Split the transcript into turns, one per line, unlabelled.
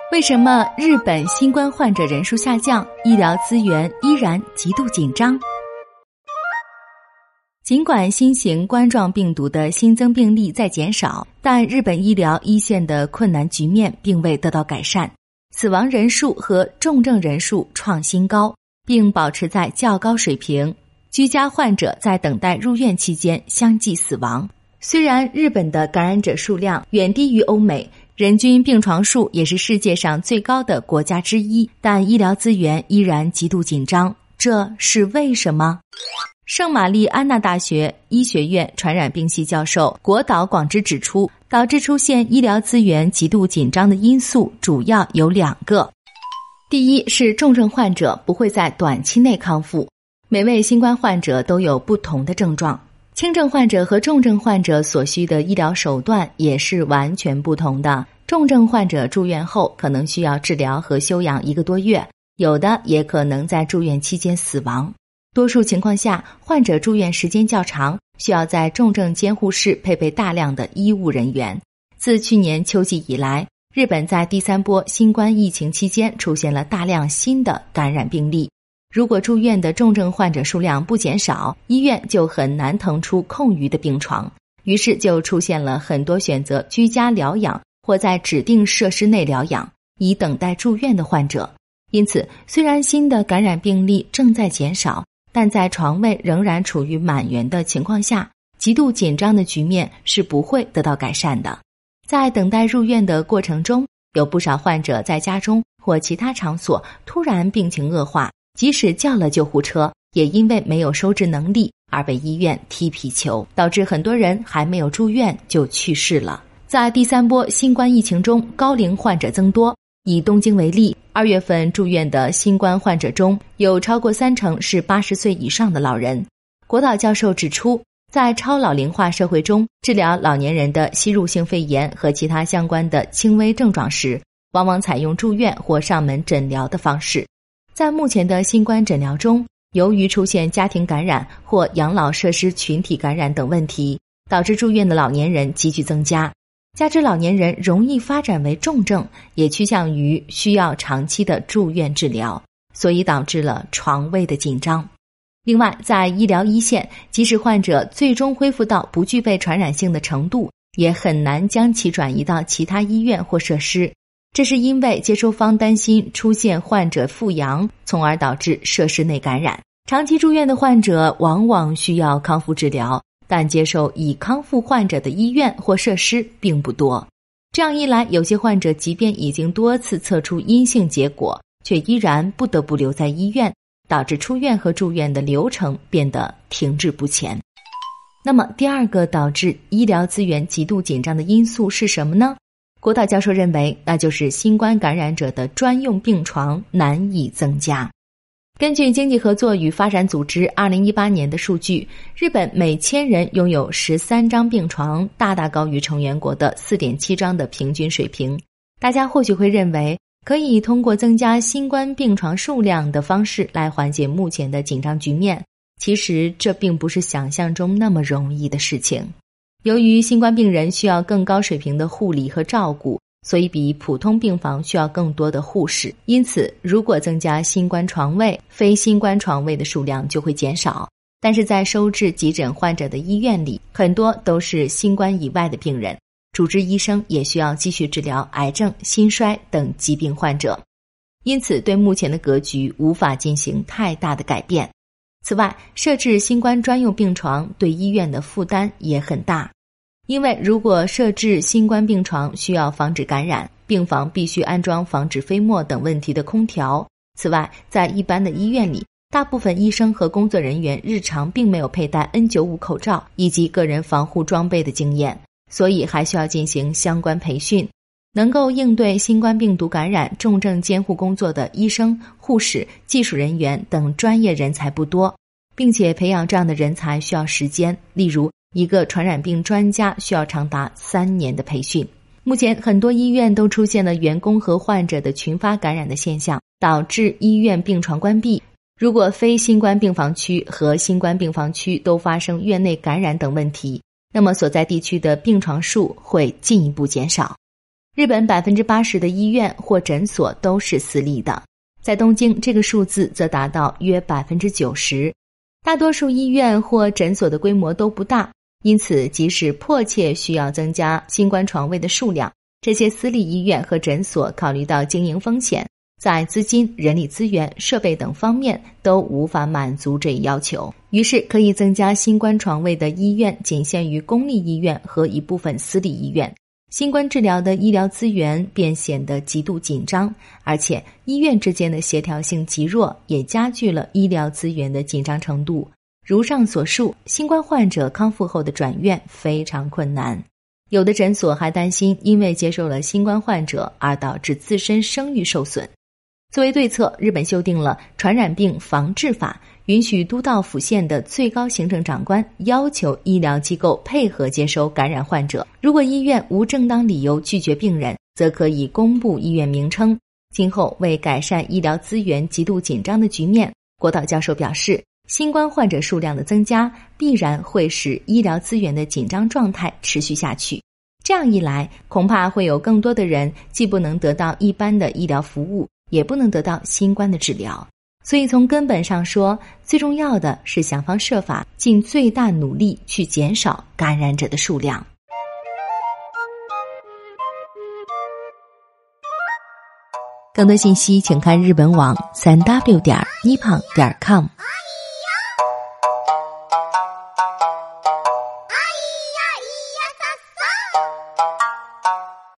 为什么日本新冠患者人数下降，医疗资源依然极度紧张？尽管新型冠状病毒的新增病例在减少，但日本医疗一线的困难局面并未得到改善，死亡人数和重症人数创新高，并保持在较高水平。居家患者在等待入院期间相继死亡。虽然日本的感染者数量远低于欧美，人均病床数也是世界上最高的国家之一，但医疗资源依然极度紧张，这是为什么？圣玛丽安娜大学医学院传染病系教授国岛广之指出，导致出现医疗资源极度紧张的因素主要有2个。第一是重症患者不会在短期内康复，每位新冠患者都有不同的症状，轻症患者和重症患者所需的医疗手段也是完全不同的。重症患者住院后可能需要治疗和休养1个多月，有的也可能在住院期间死亡。多数情况下，患者住院时间较长，需要在重症监护室配备大量的医务人员。自去年秋季以来，日本在第3波新冠疫情期间出现了大量新的感染病例。如果住院的重症患者数量不减少，医院就很难腾出空余的病床，于是就出现了很多选择居家疗养或在指定设施内疗养，以等待住院的患者。因此，虽然新的感染病例正在减少，但在床位仍然处于满员的情况下，极度紧张的局面是不会得到改善的。在等待入院的过程中，有不少患者在家中或其他场所突然病情恶化，即使叫了救护车，也因为没有收治能力而被医院踢皮球，导致很多人还没有住院就去世了。在第3波新冠疫情中，高龄患者增多。以东京为例，2月份住院的新冠患者中，有超过30%是80岁以上的老人。国岛教授指出，在超老龄化社会中，治疗老年人的吸入性肺炎和其他相关的轻微症状时，往往采用住院或上门诊疗的方式。在目前的新冠诊疗中，由于出现家庭感染或养老设施群体感染等问题，导致住院的老年人急剧增加。加之老年人容易发展为重症，也趋向于需要长期的住院治疗，所以导致了床位的紧张。另外，在医疗一线，即使患者最终恢复到不具备传染性的程度，也很难将其转移到其他医院或设施。这是因为接收方担心出现患者复阳，从而导致设施内感染。长期住院的患者往往需要康复治疗，但接受已康复患者的医院或设施并不多。这样一来，有些患者即便已经多次测出阴性结果，却依然不得不留在医院，导致出院和住院的流程变得停滞不前。那么第2个导致医疗资源极度紧张的因素是什么呢？国岛教授认为，那就是新冠感染者的专用病床难以增加。根据经济合作与发展组织2018年的数据，日本每1000人拥有13张病床，大大高于成员国的 4.7 张的平均水平。大家或许会认为，可以通过增加新冠病床数量的方式来缓解目前的紧张局面。其实这并不是想象中那么容易的事情。由于新冠病人需要更高水平的护理和照顾，所以比普通病房需要更多的护士，因此如果增加新冠床位，非新冠床位的数量就会减少。但是在收治急诊患者的医院里，很多都是新冠以外的病人，主治医生也需要继续治疗癌症、心衰等疾病患者，因此对目前的格局无法进行太大的改变。此外，设置新冠专用病床对医院的负担也很大。因为如果设置新冠病床需要防止感染，病房必须安装防止飞沫等问题的空调。此外，在一般的医院里，大部分医生和工作人员日常并没有佩戴 N95 口罩以及个人防护装备的经验，所以还需要进行相关培训。能够应对新冠病毒感染重症监护工作的医生、护士、技术人员等专业人才不多，并且培养这样的人才需要时间，例如一个传染病专家需要长达3年的培训。目前很多医院都出现了员工和患者的群发感染的现象，导致医院病床关闭。如果非新冠病房区和新冠病房区都发生院内感染等问题，那么所在地区的病床数会进一步减少。 日本80%的医院或诊所都是私立的，在东京这个数字则达到约90%。大多数医院或诊所的规模都不大，因此即使迫切需要增加新冠床位的数量，这些私立医院和诊所考虑到经营风险，在资金、人力资源、设备等方面都无法满足这一要求。于是可以增加新冠床位的医院仅限于公立医院和一部分私立医院，新冠治疗的医疗资源便显得极度紧张，而且医院之间的协调性极弱，也加剧了医疗资源的紧张程度。如上所述，新冠患者康复后的转院非常困难。有的诊所还担心因为接受了新冠患者而导致自身声誉受损。作为对策，日本修订了传染病防治法，允许都道府县的最高行政长官要求医疗机构配合接收感染患者，如果医院无正当理由拒绝病人，则可以公布医院名称。今后为改善医疗资源极度紧张的局面，国岛教授表示，新冠患者数量的增加必然会使医疗资源的紧张状态持续下去。这样一来，恐怕会有更多的人既不能得到一般的医疗服务，也不能得到新冠的治疗。所以从根本上说，最重要的是想方设法尽最大努力去减少感染者的数量。更多信息请看日本网 3w.nippon.com